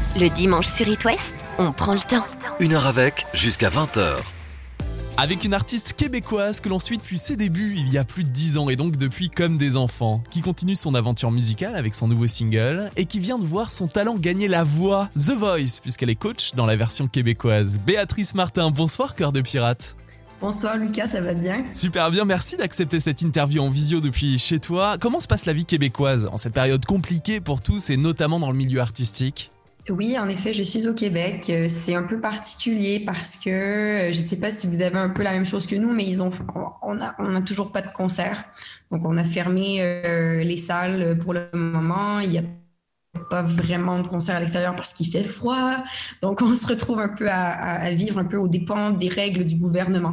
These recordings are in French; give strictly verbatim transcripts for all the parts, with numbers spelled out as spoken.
Le dimanche sur It West, on prend le temps. Une heure avec, jusqu'à vingt heures. Avec une artiste québécoise que l'on suit depuis ses débuts il y a plus de dix ans et donc depuis Comme des enfants, qui continue son aventure musicale avec son nouveau single et qui vient de voir son talent gagner la voix, The Voice, puisqu'elle est coach dans la version québécoise. Béatrice Martin, bonsoir Cœur de Pirate. Bonsoir Lucas, ça va bien? Super bien, merci d'accepter cette interview en visio depuis chez toi. Comment se passe la vie québécoise en cette période compliquée pour tous et notamment dans le milieu artistique? Oui, en effet, je suis au Québec. C'est un peu particulier parce que je ne sais pas si vous avez un peu la même chose que nous, mais ils ont, on a, on a toujours pas de concert. Donc, on a fermé euh, les salles pour le moment. Il n'y a pas vraiment de concert à l'extérieur parce qu'il fait froid. Donc, on se retrouve un peu à, à, à vivre un peu aux dépens des règles du gouvernement.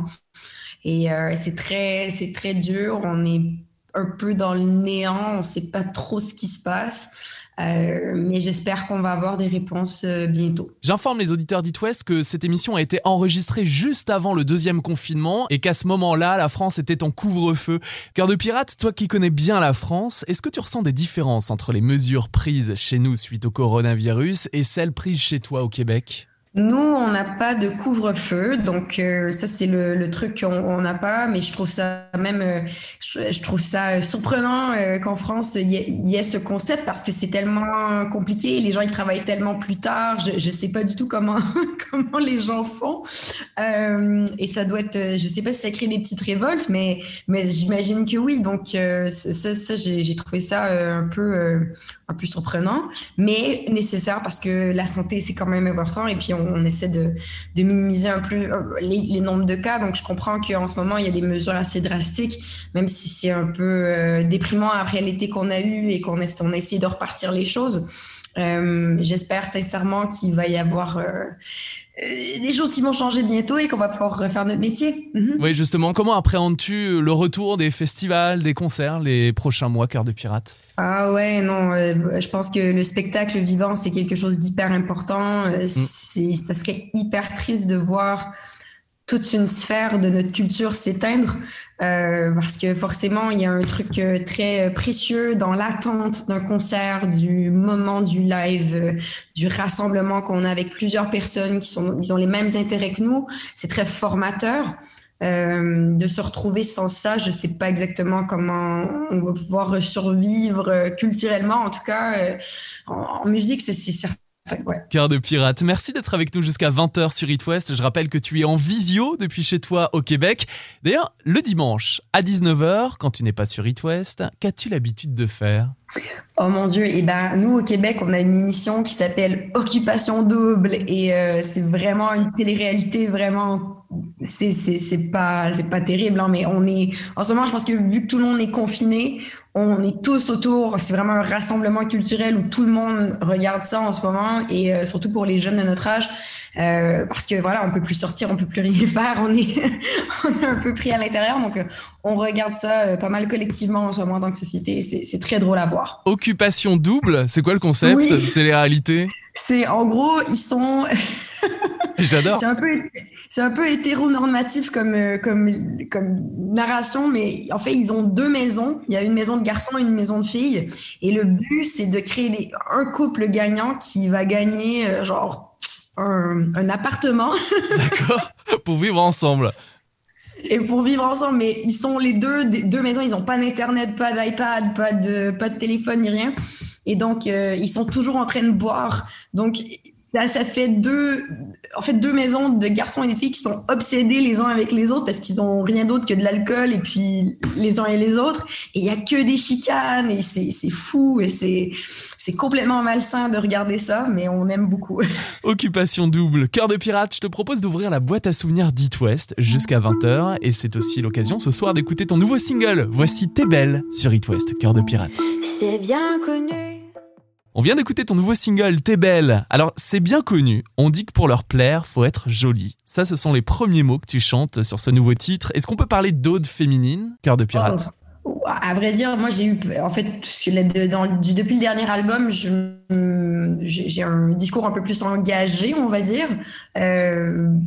Et euh, c'est très, c'est très dur. On est un peu dans le néant. On ne sait pas trop ce qui se passe. Euh, mais j'espère qu'on va avoir des réponses euh, bientôt. J'informe les auditeurs d'It West que cette émission a été enregistrée juste avant le deuxième confinement et qu'à ce moment-là, la France était en couvre-feu. Cœur de Pirate, toi qui connais bien la France, est-ce que tu ressens des différences entre les mesures prises chez nous suite au coronavirus et celles prises chez toi au Québec ? Nous, on n'a pas de couvre-feu, donc euh, ça c'est le, le truc qu'on n'a pas, mais je trouve ça même, euh, je, je trouve ça surprenant euh, qu'en France il y, y ait ce concept parce que c'est tellement compliqué, les gens ils travaillent tellement plus tard, je, je sais pas du tout comment comment les gens font, euh, et ça doit être, je sais pas si ça crée des petites révoltes, mais mais j'imagine que oui, donc euh, ça, ça j'ai, j'ai trouvé ça euh, un peu euh, un peu surprenant, mais nécessaire parce que la santé c'est quand même important et puis on on essaie de, de minimiser un peu les, les nombres de cas. Donc, je comprends qu'en ce moment, il y a des mesures assez drastiques, même si c'est un peu euh, déprimant après l'été qu'on a eu et qu'on a, on a essayé de repartir les choses. Euh, j'espère sincèrement qu'il va y avoir... Euh, des choses qui vont changer bientôt et qu'on va pouvoir refaire notre métier. Mm-hmm. Oui, justement, comment appréhendes-tu le retour des festivals, des concerts les prochains mois, Cœur de Pirate ? Ah ouais, non, euh, je pense que le spectacle vivant, c'est quelque chose d'hyper important. Euh, mm. c'est, ça serait hyper triste de voir toute une sphère de notre culture s'éteindre euh, parce que forcément, il y a un truc euh, très précieux dans l'attente d'un concert, du moment du live, euh, du rassemblement qu'on a avec plusieurs personnes qui sont, ils ont les mêmes intérêts que nous. C'est très formateur. Euh, de se retrouver sans ça, je sais pas exactement comment on va pouvoir survivre euh, culturellement. En tout cas, euh, en, en musique, c'est, c'est certain. Ouais. Cœur de Pirate, merci d'être avec nous jusqu'à vingt heures sur It West. Je rappelle que tu es en visio depuis chez toi au Québec. D'ailleurs, le dimanche à dix-neuf heures, quand tu n'es pas sur It West, qu'as-tu l'habitude de faire ? Oh mon Dieu, et ben nous au Québec, on a une émission qui s'appelle Occupation Double et euh, c'est vraiment une télé-réalité vraiment c'est c'est c'est pas c'est pas terrible hein, mais on est en ce moment, je pense que vu que tout le monde est confiné, on est tous autour, c'est vraiment un rassemblement culturel où tout le monde regarde ça en ce moment et euh, surtout pour les jeunes de notre âge euh, parce que voilà, on peut plus sortir, on peut plus rien faire, on est on est un peu pris à l'intérieur, donc euh, on regarde ça euh, pas mal collectivement en ce moment dans la société, c'est c'est très drôle à voir. Occupation double, c'est quoi le concept oui. de télé-réalité ? C'est en gros, ils sont J'adore. C'est un peu c'est un peu hétéronormatif comme comme comme narration, mais en fait ils ont deux maisons. Il y a une maison de garçons et une maison de filles, et le but c'est de créer des, un couple gagnant qui va gagner euh, genre un, un appartement. D'accord. Pour vivre ensemble. Et pour vivre ensemble, mais ils sont les deux des deux maisons, ils ont pas d'internet, pas d'iPad, pas de pas de téléphone ni rien, et donc euh, ils sont toujours en train de boire. Donc ça, ça fait deux, en fait, deux maisons de garçons et de filles qui sont obsédés les uns avec les autres parce qu'ils ont rien d'autre que de l'alcool et puis les uns et les autres. Et il y a que des chicanes et c'est, c'est fou et c'est, c'est complètement malsain de regarder ça, mais on aime beaucoup. Occupation double. Cœur de Pirate, je te propose d'ouvrir la boîte à souvenirs d'It West jusqu'à vingt heures et c'est aussi l'occasion ce soir d'écouter ton nouveau single. Voici T'es belle sur It West, Cœur de Pirate. C'est bien connu. On vient d'écouter ton nouveau single, T'es belle. Alors, c'est bien connu. On dit que pour leur plaire, faut être jolie. Ça, ce sont les premiers mots que tu chantes sur ce nouveau titre. Est-ce qu'on peut parler d'ode féminine, Cœur de Pirate ? Oh, à vrai dire, moi, j'ai eu, en fait, dans, du, depuis le dernier album, je, j'ai, j'ai un discours un peu plus engagé, on va dire. Euh,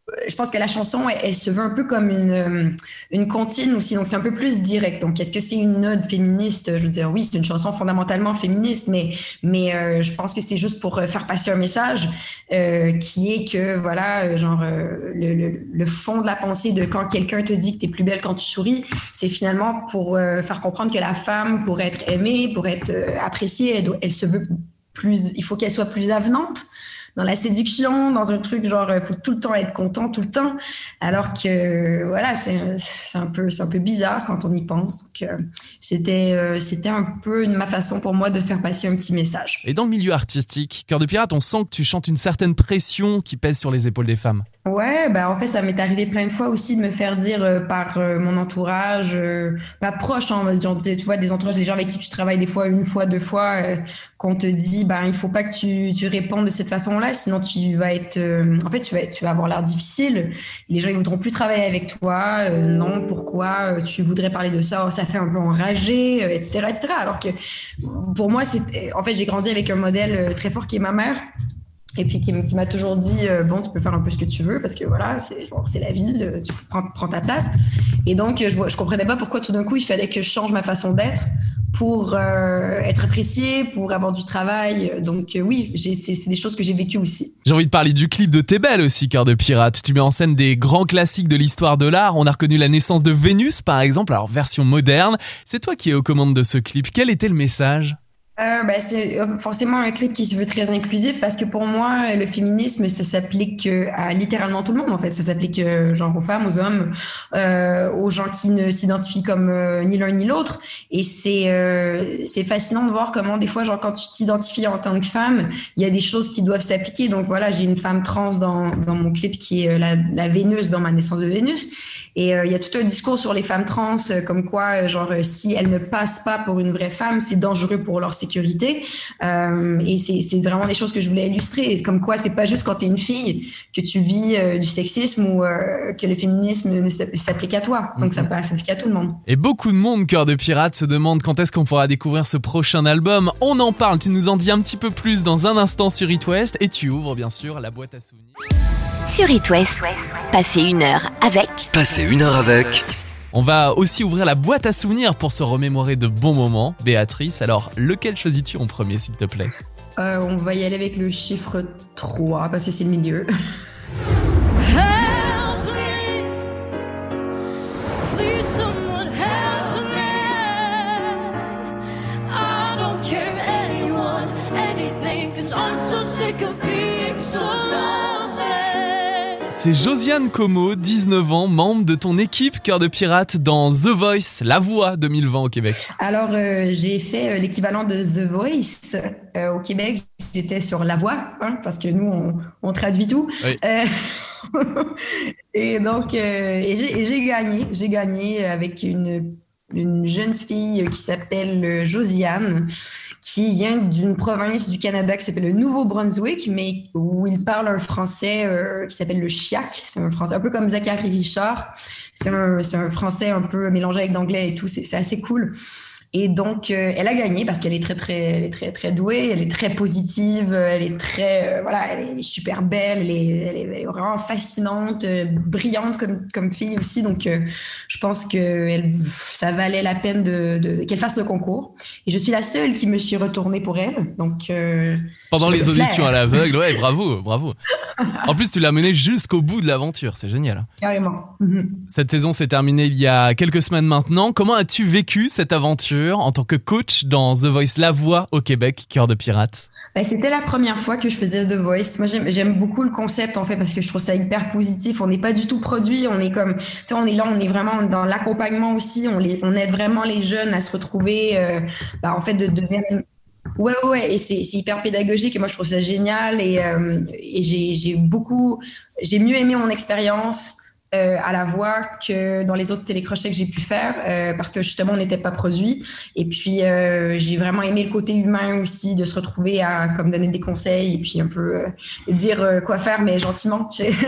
je pense que la chanson, elle, elle se veut un peu comme une, une comptine aussi, donc c'est un peu plus direct. Donc, est-ce que c'est une ode féministe? Je veux dire, oui, c'est une chanson fondamentalement féministe, mais, mais euh, je pense que c'est juste pour faire passer un message euh, qui est que, voilà, genre, euh, le, le, le fond de la pensée de quand quelqu'un te dit que t'es plus belle quand tu souris, c'est finalement pour euh, faire comprendre que la femme, pour être aimée, pour être euh, appréciée, elle, doit, elle se veut plus, il faut qu'elle soit plus avenante dans la séduction, dans un truc genre il faut tout le temps être content tout le temps, alors que voilà, c'est c'est un peu c'est un peu bizarre quand on y pense. Donc euh, c'était euh, c'était un peu une, ma façon pour moi de faire passer un petit message. Et dans le milieu artistique, Cœur de Pirate, on sent que tu chantes une certaine pression qui pèse sur les épaules des femmes. Ouais, bah en fait, ça m'est arrivé plein de fois aussi de me faire dire euh, par euh, mon entourage, euh, pas proche, hein, genre, tu vois, des entourages, des gens avec qui tu travailles des fois, une fois, deux fois, euh, qu'on te dit, bah il faut pas que tu, tu répondes de cette façon-là, sinon tu vas être, euh, en fait, tu vas, tu vas avoir l'air difficile. Les gens, ils voudront plus travailler avec toi. Euh, non, pourquoi euh, tu voudrais parler de ça? Oh, ça fait un peu enragé, euh, et cetera, et cetera. Alors que pour moi, c'est, en fait, j'ai grandi avec un modèle très fort qui est ma mère. Et puis qui, qui m'a toujours dit euh, bon, tu peux faire un peu ce que tu veux parce que voilà, c'est genre, c'est la vie, euh, tu prends, prends ta place. Et donc je je comprenais pas pourquoi tout d'un coup il fallait que je change ma façon d'être pour euh, être appréciée, pour avoir du travail. Donc euh, oui, j'ai, c'est, c'est des choses que j'ai vécues aussi. J'ai envie de parler du clip de T'es belle aussi, Cœur de Pirate. Tu mets en scène des grands classiques de l'histoire de l'art. On a reconnu la naissance de Vénus par exemple, alors version moderne. C'est toi qui es aux commandes de ce clip. Quel était le message ? Euh, ben, c'est forcément un clip qui se veut très inclusif parce que pour moi, le féminisme, ça s'applique à littéralement tout le monde. En fait, ça s'applique genre aux femmes, aux hommes, euh, aux gens qui ne s'identifient comme euh, ni l'un ni l'autre. Et c'est euh, c'est fascinant de voir comment des fois, genre quand tu t'identifies en tant que femme, il y a des choses qui doivent s'appliquer. Donc voilà, j'ai une femme trans dans dans mon clip qui est la, la Vénus dans ma naissance de Vénus. Et euh, il y a tout un discours sur les femmes trans, euh, comme quoi, euh, genre, euh, si elles ne passent pas pour une vraie femme, c'est dangereux pour leur sécurité. Euh, et c'est, c'est vraiment des choses que je voulais illustrer. Et comme quoi, c'est pas juste quand t'es une fille que tu vis euh, du sexisme ou euh, que le féminisme ne s'applique à toi. Donc, ça peut s'appliquer à tout le monde. Et beaucoup de monde, Cœur de Pirate, se demande quand est-ce qu'on pourra découvrir ce prochain album. On en parle, tu nous en dis un petit peu plus dans un instant sur It West. Et tu ouvres, bien sûr, la boîte à souvenirs. Sur It West, passez une heure avec. Passez une heure avec. On va aussi ouvrir la boîte à souvenirs pour se remémorer de bons moments. Béatrice, alors lequel choisis-tu en premier, s'il te plaît ? euh, On va y aller avec le chiffre trois parce que c'est le milieu. C'est Josiane Como, dix-neuf ans, membre de ton équipe Cœur de Pirate dans The Voice, La Voix deux mille vingt au Québec. Alors, euh, j'ai fait euh, l'équivalent de The Voice euh, au Québec. J'étais sur La Voix, hein, parce que nous, on, on traduit tout. Oui. Euh, et donc, euh, et j'ai, et j'ai gagné. J'ai gagné avec une... une jeune fille qui s'appelle Josiane, qui vient d'une province du Canada qui s'appelle le Nouveau-Brunswick, mais où il parle un français euh, qui s'appelle le chiac. C'est un français un peu comme Zachary Richard. C'est un, c'est un français un peu mélangé avec l'anglais et tout. C'est, c'est assez cool. Et donc, euh, elle a gagné parce qu'elle est très, très, elle est très, très douée, elle est très positive, elle est très, euh, voilà, elle est super belle, elle est, elle est, elle est vraiment fascinante, euh, brillante comme, comme fille aussi. Donc, euh, je pense que elle, ça valait la peine de, de, qu'elle fasse le concours. Et je suis la seule qui me suis retournée pour elle. Donc, euh, pendant les auditions à l'aveugle, ouais, bravo, bravo. En plus, tu l'as menée jusqu'au bout de l'aventure, c'est génial. Carrément. Cette saison s'est terminée il y a quelques semaines maintenant. Comment as-tu vécu cette aventure en tant que coach dans The Voice La Voix au Québec, Cœur de Pirate? Ben, c'était la première fois que je faisais The Voice. Moi, j'aime, j'aime beaucoup le concept, en fait, parce que je trouve ça hyper positif. On n'est pas du tout produit. On est comme, tu sais, on est là, on est vraiment dans l'accompagnement aussi. On, les, on aide vraiment les jeunes à se retrouver, euh, ben, en fait, de devenir... Ouais, ouais, et c'est, c'est hyper pédagogique et moi je trouve ça génial et, euh, et j'ai, j'ai beaucoup, j'ai mieux aimé mon expérience euh, à la voix que dans les autres télécrochets que j'ai pu faire euh, parce que justement on n'était pas produit et puis euh, j'ai vraiment aimé le côté humain aussi de se retrouver à comme donner des conseils et puis un peu euh, dire euh, quoi faire mais gentiment, tu sais.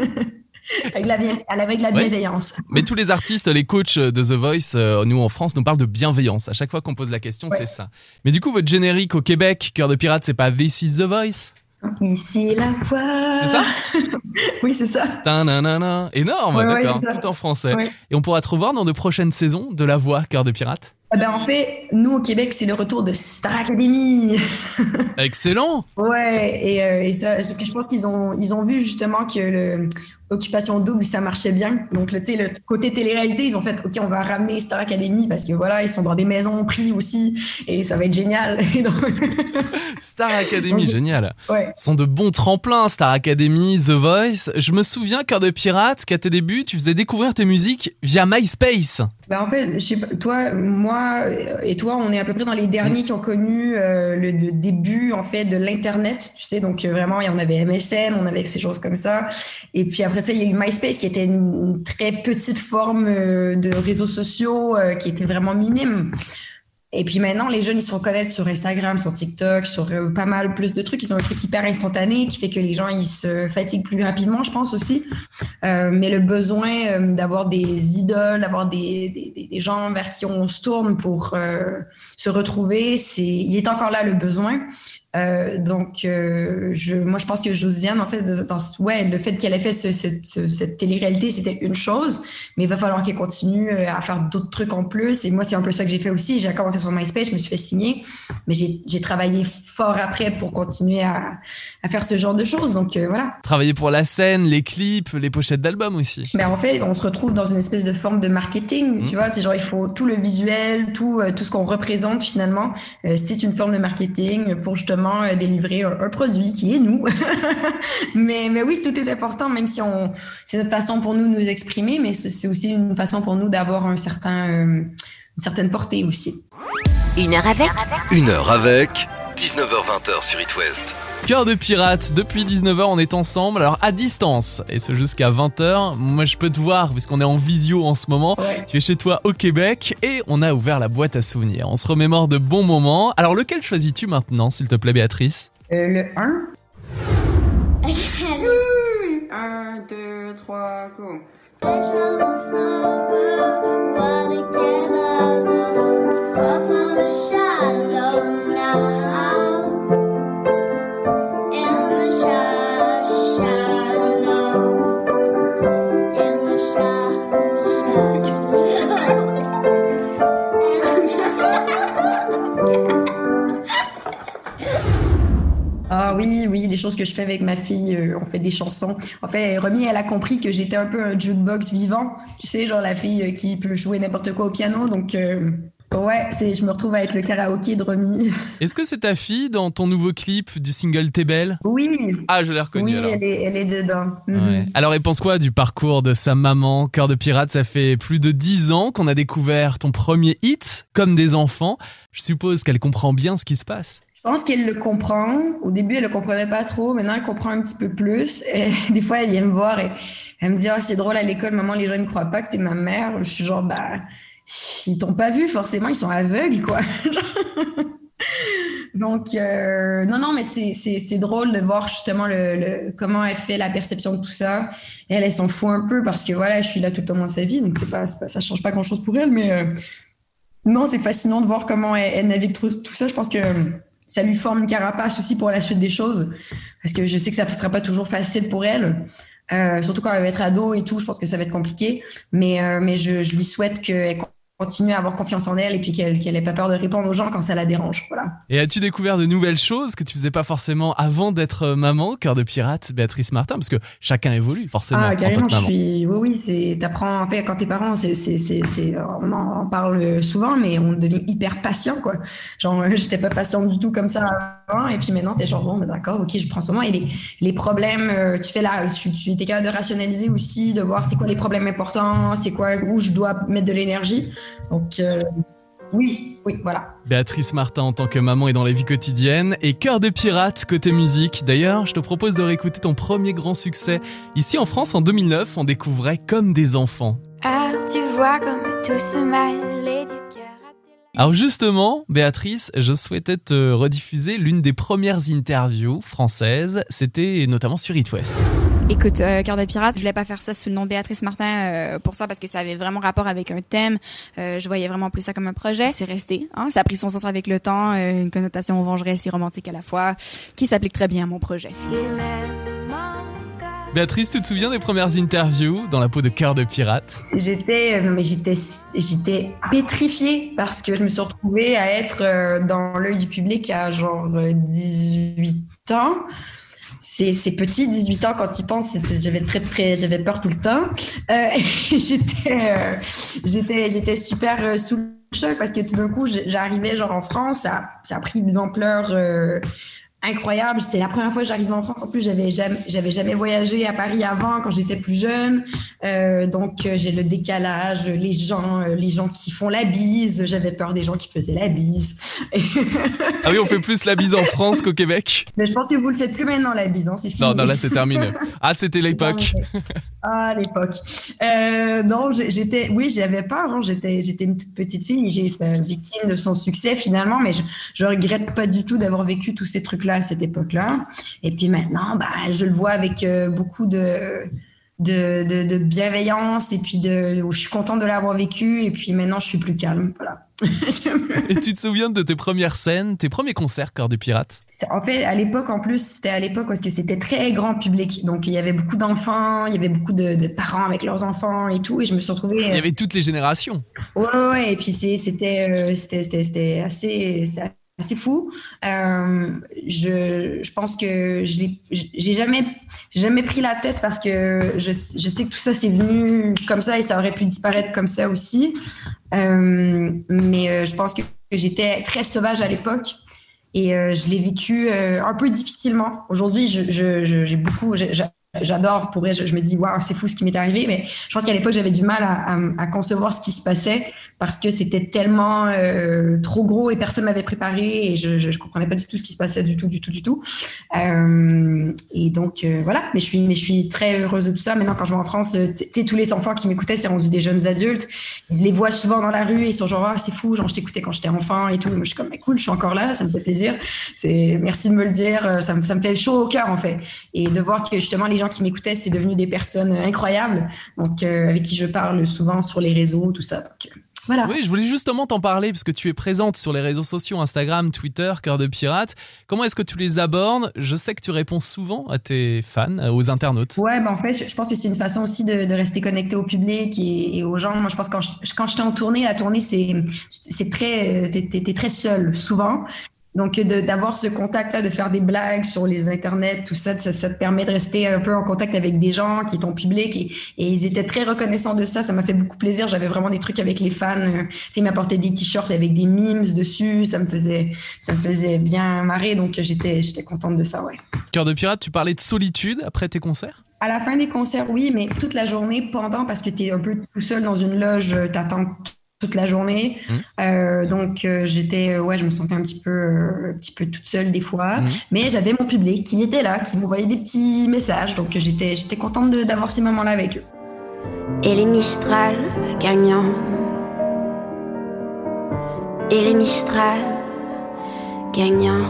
Avec, la, avec la bienveillance. Ouais. Mais tous les artistes, les coachs de The Voice, euh, nous en France, nous parlent de bienveillance. À chaque fois qu'on pose la question, ouais. C'est ça. Mais du coup, votre générique au Québec, Cœur de Pirate, c'est pas This is The Voice ? Ici la voix. C'est ça? Oui, c'est ça. Ta-na-na-na. Énorme, Ouais, ouais, d'accord, c'est ça. tout en français. Ouais. Et on pourra te revoir dans de prochaines saisons de La Voix, Cœur de Pirate. Eh ben, en fait, nous au Québec, c'est le retour de Star Academy. Excellent! Ouais, et, euh, et ça, parce que je pense qu'ils ont, ils ont vu justement que le Occupation Double, ça marchait bien. Donc, le, tu sais, le côté télé-réalité, ils ont fait, OK, on va ramener Star Academy parce que voilà, ils sont dans des maisons pris aussi et ça va être génial. Et donc... Star Academy, Donc, génial. Ouais. Ce sont de bons tremplins, Star Academy, The Voice. Je me souviens, Cœur de Pirate, qu'à tes débuts, tu faisais découvrir tes musiques via MySpace. Ben en fait, je sais pas, toi, moi et toi, on est à peu près dans les derniers qui ont connu euh, le, le début en fait de l'internet, tu sais. Donc euh, vraiment, il y en avait M S N, on avait ces choses comme ça. Et puis après ça, il y a eu MySpace qui était une, une très petite forme euh, de réseaux sociaux euh, qui était vraiment minime. Et puis maintenant, les jeunes, ils se font connaître sur Instagram, sur TikTok, sur euh, pas mal plus de trucs. Ils ont un truc hyper instantané qui fait que les gens, ils se fatiguent plus rapidement, je pense aussi. Euh, mais le besoin euh, d'avoir des idoles, d'avoir des, des, des gens vers qui on se tourne pour euh, se retrouver, c'est, il est encore là le besoin. Euh, donc, euh, je, moi, je pense que Josiane, en fait, dans, ouais, le fait qu'elle ait fait ce, ce, ce, cette télé-réalité, c'était une chose, mais il va falloir qu'elle continue à faire d'autres trucs en plus. Et moi, c'est un peu ça que j'ai fait aussi. J'ai commencé sur MySpace, je me suis fait signer, mais j'ai, j'ai travaillé fort après pour continuer à, à faire ce genre de choses. Donc, euh, voilà. Travailler pour la scène, les clips, les pochettes d'albums aussi. Ben, en fait, on se retrouve dans une espèce de forme de marketing, mmh. tu vois. C'est genre, il faut tout le visuel, tout, euh, tout ce qu'on représente finalement. Euh, c'est une forme de marketing pour justement délivrer un, un produit qui est nous. mais, mais oui, tout est important, même si on, c'est notre façon pour nous de nous exprimer, mais c'est aussi une façon pour nous d'avoir un certain, euh, une certaine portée aussi. Une heure avec Une heure avec dix-neuf heures vingt sur It West. Cœur de Pirate, depuis dix-neuf heures on est ensemble, alors à distance, et ce jusqu'à vingt heures. Moi je peux te voir puisqu'on est en visio en ce moment. Ouais. Tu es chez toi au Québec et on a ouvert la boîte à souvenirs. On se remémore de bons moments. Alors lequel choisis-tu maintenant, s'il te plaît, Béatrice? Euh, le un. un, deux, trois, go. Ah oui, oui, les choses que je fais avec ma fille, euh, on fait des chansons. En fait, Romy, elle a compris que j'étais un peu un jukebox vivant. Tu sais, genre la fille euh, qui peut jouer n'importe quoi au piano. Donc, euh, ouais, c'est, je me retrouve à être le karaoké de Romy. Est-ce que c'est ta fille dans ton nouveau clip du single T'es belle? Oui. Ah, je l'ai reconnue. Oui, alors. elle est, elle est dedans. Ouais. Mm-hmm. Alors, elle pense quoi du parcours de sa maman? Cœur de Pirate, ça fait plus de dix ans qu'on a découvert ton premier hit, Comme des enfants. Je suppose qu'elle comprend bien ce qui se passe. Je pense qu'elle le comprend. Au début, elle le comprenait pas trop. Maintenant, elle comprend un petit peu plus. Et des fois, elle vient me voir et elle me dit ah, c'est drôle à l'école, maman, les gens ne croient pas que t'es ma mère. Je suis genre bah ils t'ont pas vu forcément, ils sont aveugles quoi. Donc euh, non non mais c'est c'est c'est drôle de voir justement le, le comment elle fait la perception de tout ça. Et elle elle s'en fout un peu parce que voilà, je suis là tout le temps dans sa vie, donc c'est pas, c'est pas ça change pas grand chose pour elle, mais euh, non, c'est fascinant de voir comment elle, elle navigue tout, tout ça. Je pense que ça lui forme une carapace aussi pour la suite des choses, parce que je sais que ça ne sera pas toujours facile pour elle, euh, surtout quand elle va être ado et tout. Je pense que ça va être compliqué, mais, euh, mais je, je lui souhaite qu'elle continue à avoir confiance en elle et puis qu'elle qu'elle ait pas peur de répondre aux gens quand ça la dérange. Voilà. Et as-tu découvert de nouvelles choses que tu faisais pas forcément avant d'être maman, Cœur de Pirate, Béatrice Martin, parce que chacun évolue forcément Ah, en tant carrément, que maman. je suis... Oui, oui, c'est... T'apprends... En fait, quand t'es parent, c'est, c'est, c'est, c'est... on en parle souvent, mais on devient hyper patient, quoi. Genre, j'étais pas patiente du tout comme ça avant, et puis maintenant, t'es genre, bon, ben d'accord, ok, je prends ce moment. Et les, les problèmes, euh, tu fais là, tu, tu es capable de rationaliser aussi, de voir c'est quoi les problèmes importants, c'est quoi, où je dois mettre de l'énergie. Donc, euh, oui, oui, voilà. Béatrice Martin en tant que maman et dans la vie quotidienne, et Cœur de Pirate côté musique. D'ailleurs, je te propose de réécouter ton premier grand succès. Ici en France, en deux mille neuf, on découvrait Comme des enfants. Alors tu vois comme tout se mêle et du cœur à tes lèvres. Alors justement, Béatrice, je souhaitais te rediffuser l'une des premières interviews françaises. C'était notamment sur It West. Écoute, euh, Cœur de pirate, je voulais pas faire ça sous le nom Béatrice Martin euh, pour ça parce que ça avait vraiment rapport avec un thème. Euh, je voyais vraiment plus ça comme un projet. C'est resté, hein. Ça a pris son sens avec le temps, euh, une connotation vengeresse et romantique à la fois, qui s'applique très bien à mon projet. Béatrice, tu te souviens des premières interviews dans la peau de Cœur de pirate ? J'étais, non mais j'étais, j'étais pétrifiée parce que je me suis retrouvée à être dans l'œil du public à genre dix-huit ans. C'est, c'est petit, dix-huit ans, quand il pense, j'avais très, très, j'avais peur tout le temps. Euh, j'étais, euh, j'étais, j'étais super euh, sous le choc parce que tout d'un coup, j'arrivais genre en France, ça, ça a pris une ampleur euh, incroyable. C'était la première fois que j'arrivais en France. En plus, j'avais jamais, j'avais jamais voyagé à Paris avant quand j'étais plus jeune. Euh, donc, euh, j'ai le décalage, les gens, euh, les gens qui font la bise. J'avais peur des gens qui faisaient la bise. Ah oui, on fait plus la bise en France qu'au Québec. Mais je pense que vous le faites plus maintenant, la bise, hein, c'est fini. Non, non, là, c'est terminé. Ah, c'était l'époque. Ah, l'époque. Euh, non, j'étais, oui, j'avais peur. Hein, j'étais, j'étais une toute petite fille. J'ai été victime de son succès finalement, mais je, je regrette pas du tout d'avoir vécu tous ces trucs-là à cette époque-là. Et puis maintenant, bah, je le vois avec euh, beaucoup de, de, de, de bienveillance et puis de, je suis contente de l'avoir vécu. Et puis maintenant, je suis plus calme. Voilà. Et tu te souviens de tes premières scènes, tes premiers concerts Cœur de pirate ? En fait, à l'époque, en plus, c'était à l'époque parce que c'était très grand public. Donc, il y avait beaucoup d'enfants, il y avait beaucoup de, de parents avec leurs enfants et tout. Et je me suis retrouvée... Il y avait toutes les générations. Ouais, ouais. Et puis, c'est, c'était, euh, c'était, c'était, c'était assez... C'était assez fou. Euh, je, je pense que je l'ai, j'ai jamais, j'ai jamais pris la tête parce que je, je sais que tout ça c'est venu comme ça et ça aurait pu disparaître comme ça aussi. Euh, mais euh, je pense que j'étais très sauvage à l'époque et euh, je l'ai vécu euh, un peu difficilement. Aujourd'hui, je, je, je, j'ai beaucoup, j'ai, j'adore, pour vrai, je, je me dis waouh, c'est fou ce qui m'est arrivé, mais je pense qu'à l'époque j'avais du mal à, à, à concevoir ce qui se passait parce que c'était tellement euh, trop gros et personne m'avait préparé et je, je, je comprenais pas du tout ce qui se passait du tout, du tout, du tout. Euh, et donc euh, voilà, mais je suis, mais je suis très heureuse de tout ça. Maintenant, quand je vais en France, tu sais, tous les enfants qui m'écoutaient, c'est rendu des jeunes adultes. Je les vois souvent dans la rue et ils sont genre ah, c'est fou, genre je t'écoutais quand j'étais enfant et tout. Moi, je suis comme mais cool, je suis encore là, ça me fait plaisir. C'est merci de me le dire, ça me, ça me fait chaud au cœur en fait. Et de voir que justement les gens qui m'écoutaient, c'est devenu des personnes incroyables, donc euh, avec qui je parle souvent sur les réseaux, tout ça. Donc, euh, voilà. Oui, je voulais justement t'en parler parce que tu es présente sur les réseaux sociaux, Instagram, Twitter, Cœur de pirate. Comment est-ce que tu les abordes ? Je sais que tu réponds souvent à tes fans, aux internautes. Ouais, ben en fait, je, je pense que c'est une façon aussi de, de rester connecté au public et, et aux gens. Moi, je pense que quand, je, quand j'étais en tournée, la tournée, c'est, c'est très, t'es, t'es, t'es très seul souvent. Donc, de, d'avoir ce contact-là, de faire des blagues sur les internets, tout ça, ça, ça te permet de rester un peu en contact avec des gens qui est ton public. Et, et ils étaient très reconnaissants de ça. Ça m'a fait beaucoup plaisir. J'avais vraiment des trucs avec les fans. Euh, tu sais, ils m'apportaient des t-shirts avec des memes dessus. Ça me faisait, ça me faisait bien marrer. Donc, j'étais, j'étais contente de ça, ouais. Cœur de pirate, tu parlais de solitude après tes concerts ? À la fin des concerts, oui, mais toute la journée, pendant, parce que t'es un peu tout seul dans une loge, t'attends toute la journée. Mmh. Euh, donc, euh, j'étais, ouais, je me sentais un petit peu, euh, un petit peu toute seule des fois. Mmh. Mais j'avais mon public qui était là, qui m'envoyait des petits messages. Donc, j'étais, j'étais contente de, d'avoir ces moments-là avec eux. Et les Mistral gagnants. Et les Mistral gagnants.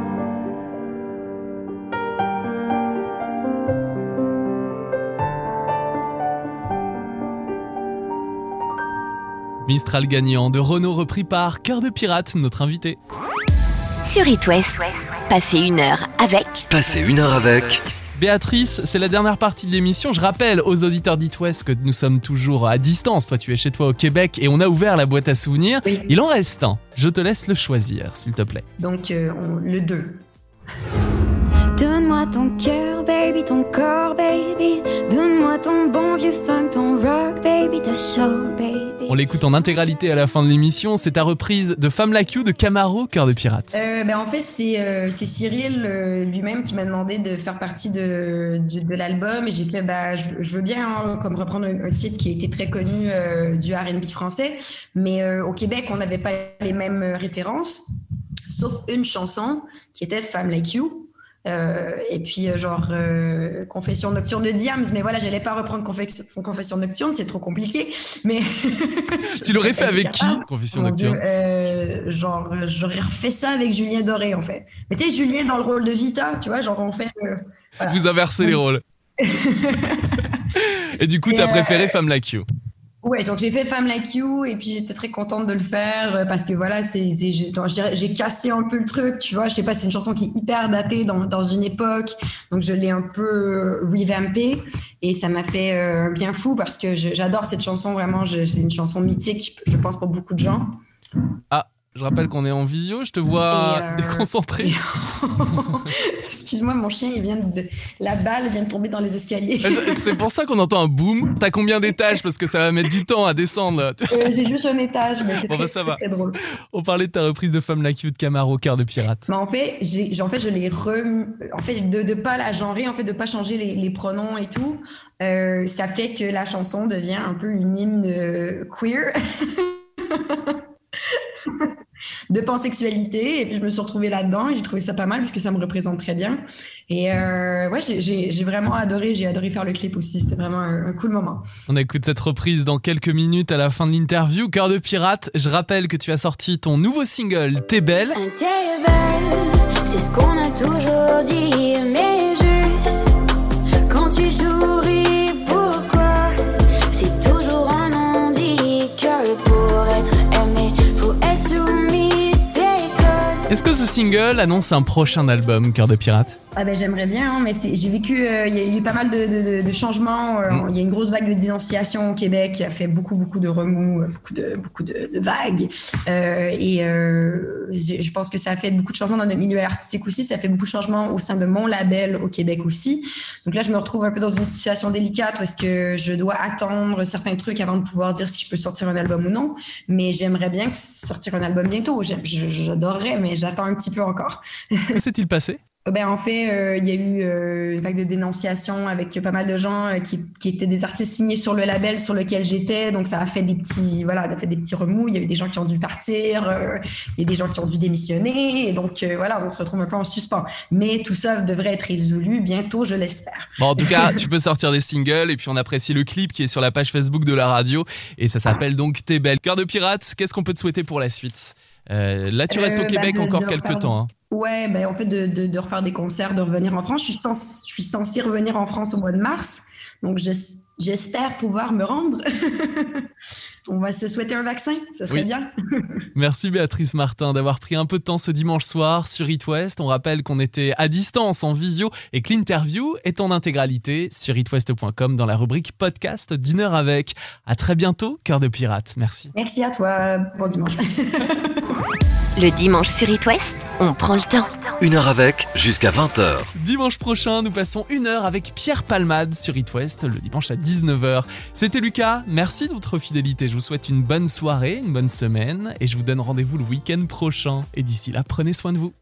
Mistral gagnant de Renaud repris par Cœur de pirate, notre invité. Sur It West, passez une heure avec. Passez une heure avec. Béatrice, c'est la dernière partie de l'émission. Je rappelle aux auditeurs d'It West que nous sommes toujours à distance. Toi, tu es chez toi au Québec et on a ouvert la boîte à souvenirs. Oui. Il en reste un. Je te laisse le choisir, s'il te plaît. Donc, euh, on, le deux. Donne-moi ton cœur, baby, ton corps, baby. Donne-moi ton bon vieux funk, ton rock, baby, ta soul, baby. On l'écoute en intégralité à la fin de l'émission. C'est ta reprise de Femme Like You de Camaro, Cœur de pirate. Euh, ben en fait, c'est, euh, c'est Cyril euh, lui-même qui m'a demandé de faire partie de, de, de l'album. Et j'ai fait, bah, je, je veux bien hein, comme reprendre un, un titre qui a été très connu euh, du R and B français. Mais euh, au Québec, on n'avait pas les mêmes références, sauf une chanson qui était Femme Like You. Euh, et puis euh, genre euh, Confession nocturne de Diams, mais voilà, j'allais pas reprendre Confession, Confession nocturne, c'est trop compliqué. Mais tu l'aurais fait avec qui, Confession Mon nocturne Dieu, euh, genre, j'aurais refait ça avec Julien Doré, en fait. Mais tu sais, Julien dans le rôle de Vita, tu vois, genre, on fait... Euh, voilà. Vous inversez les rôles. Et du coup, t'as euh, préféré Femme Like You. Ouais, donc j'ai fait Femme Like You et puis j'étais très contente de le faire parce que voilà, c'est, c'est j'ai, j'ai cassé un peu le truc, tu vois. Je sais pas, c'est une chanson qui est hyper datée dans, dans une époque, donc je l'ai un peu revampée et ça m'a fait euh, bien fou parce que je, j'adore cette chanson, vraiment. Je, c'est une chanson mythique, je pense, pour beaucoup de gens. Ah. Je rappelle qu'on est en visio, je te vois euh... déconcentré. Excuse-moi, mon chien, il vient de... la balle vient de tomber dans les escaliers. C'est pour ça qu'on entend un boom. T'as combien d'étages? Parce que ça va mettre du temps à descendre. Euh, j'ai juste un étage, mais c'est, bon, très, bah, ça va. Très, très drôle. On parlait de ta reprise de Femme Like You de Camaro, Cœur de pirate. Mais en fait, j'ai, en fait, je l'ai re... En fait, de ne pas la genrer, en fait, de ne pas changer les, les pronoms et tout, euh, ça fait que la chanson devient un peu une hymne euh, queer. de pansexualité, et puis je me suis retrouvée là-dedans et j'ai trouvé ça pas mal parce que ça me représente très bien et euh, ouais j'ai, j'ai, j'ai vraiment adoré j'ai adoré faire le clip aussi, c'était vraiment un, un cool moment. On écoute cette reprise dans quelques minutes à la fin de l'interview. Cœur de pirate, je rappelle que tu as sorti ton nouveau single T'es belle. T'es belle, c'est ce qu'on a toujours dit, mais juste quand tu souris, pourquoi c'est toujours un handicap pour être aimé, faut être soumis. Est-ce que ce single annonce un prochain album, Cœur de pirate? Ah ben j'aimerais bien, hein, mais c'est, j'ai vécu, il euh, y a eu pas mal de, de, de changements. Il euh, mm. y a une grosse vague de dénonciation au Québec qui a fait beaucoup, beaucoup de remous, beaucoup de, beaucoup de, de vagues. Euh, et euh, je pense que ça a fait beaucoup de changements dans le milieu artistique aussi. Ça a fait beaucoup de changements au sein de mon label au Québec aussi. Donc là, je me retrouve un peu dans une situation délicate où est-ce que je dois attendre certains trucs avant de pouvoir dire si je peux sortir un album ou non. Mais j'aimerais bien sortir un album bientôt. J'adorerais, mais j'attends un petit peu encore. Que s'est-il passé? Ben, en fait, euh, il y a eu euh, une vague de dénonciation avec pas mal de gens euh, qui, qui étaient des artistes signés sur le label sur lequel j'étais. Donc, ça a fait des petits, voilà, ça a fait des petits remous. Il y a eu des gens qui ont dû partir, euh, il y a des gens qui ont dû démissionner. Et donc, euh, voilà, on se retrouve un peu en suspens. Mais tout ça devrait être résolu bientôt, je l'espère. Bon, en tout cas, tu peux sortir des singles et puis on apprécie le clip qui est sur la page Facebook de la radio. Et ça s'appelle donc T'es belle. Cœur de pirate, qu'est-ce qu'on peut te souhaiter pour la suite? Euh, là, tu restes au Québec euh, bah, de, encore de quelques temps. Hein. Ouais, ben en fait, de, de, de refaire des concerts, de revenir en France. Je suis, sens, je suis censée revenir en France au mois de mars. Donc, j'espère pouvoir me rendre. On va se souhaiter un vaccin, ça serait oui. bien. Merci Béatrice Martin d'avoir pris un peu de temps ce dimanche soir sur It West. On rappelle qu'on était à distance en visio et que l'interview est en intégralité sur itwest point com dans la rubrique podcast d'une heure avec. À très bientôt, Cœur de pirate. Merci. Merci à toi. Bon dimanche. Le dimanche sur It West, on prend le temps. Une heure avec, jusqu'à vingt heures. Dimanche prochain, nous passons une heure avec Pierre Palmade sur It West, le dimanche à dix-neuf heures. C'était Lucas, merci de votre fidélité. Je vous souhaite une bonne soirée, une bonne semaine et je vous donne rendez-vous le week-end prochain. Et d'ici là, prenez soin de vous.